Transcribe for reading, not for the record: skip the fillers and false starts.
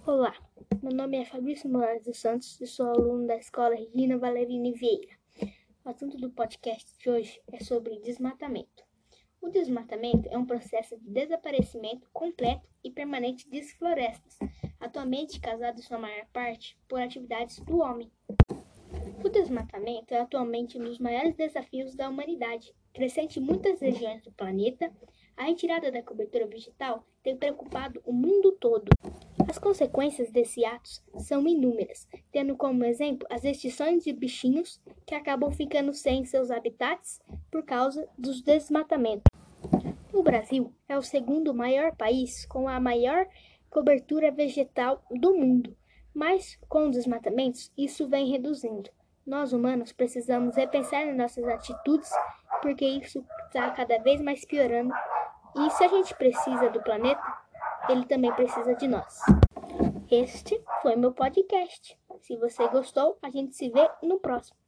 Olá, meu nome é Fabrício Moraes dos Santos e sou aluno da Escola Regina Valerini Vieira. O assunto do podcast de hoje é sobre desmatamento. O desmatamento é um processo de desaparecimento completo e permanente de florestas, atualmente causado em sua maior parte por atividades do homem. O desmatamento é atualmente um dos maiores desafios da humanidade. Crescente em muitas regiões do planeta, a retirada da cobertura vegetal tem preocupado o mundo todo. As consequências desse ato são inúmeras, tendo como exemplo as extinções de bichinhos que acabam ficando sem seus habitats por causa dos desmatamentos. O Brasil é o segundo maior país com a maior cobertura vegetal do mundo, mas com os desmatamentos isso vem reduzindo. Nós humanos precisamos repensar em nossas atitudes porque isso está cada vez mais piorando e se a gente precisa do planeta, ele também precisa de nós. Este foi meu podcast. Se você gostou, a gente se vê no próximo.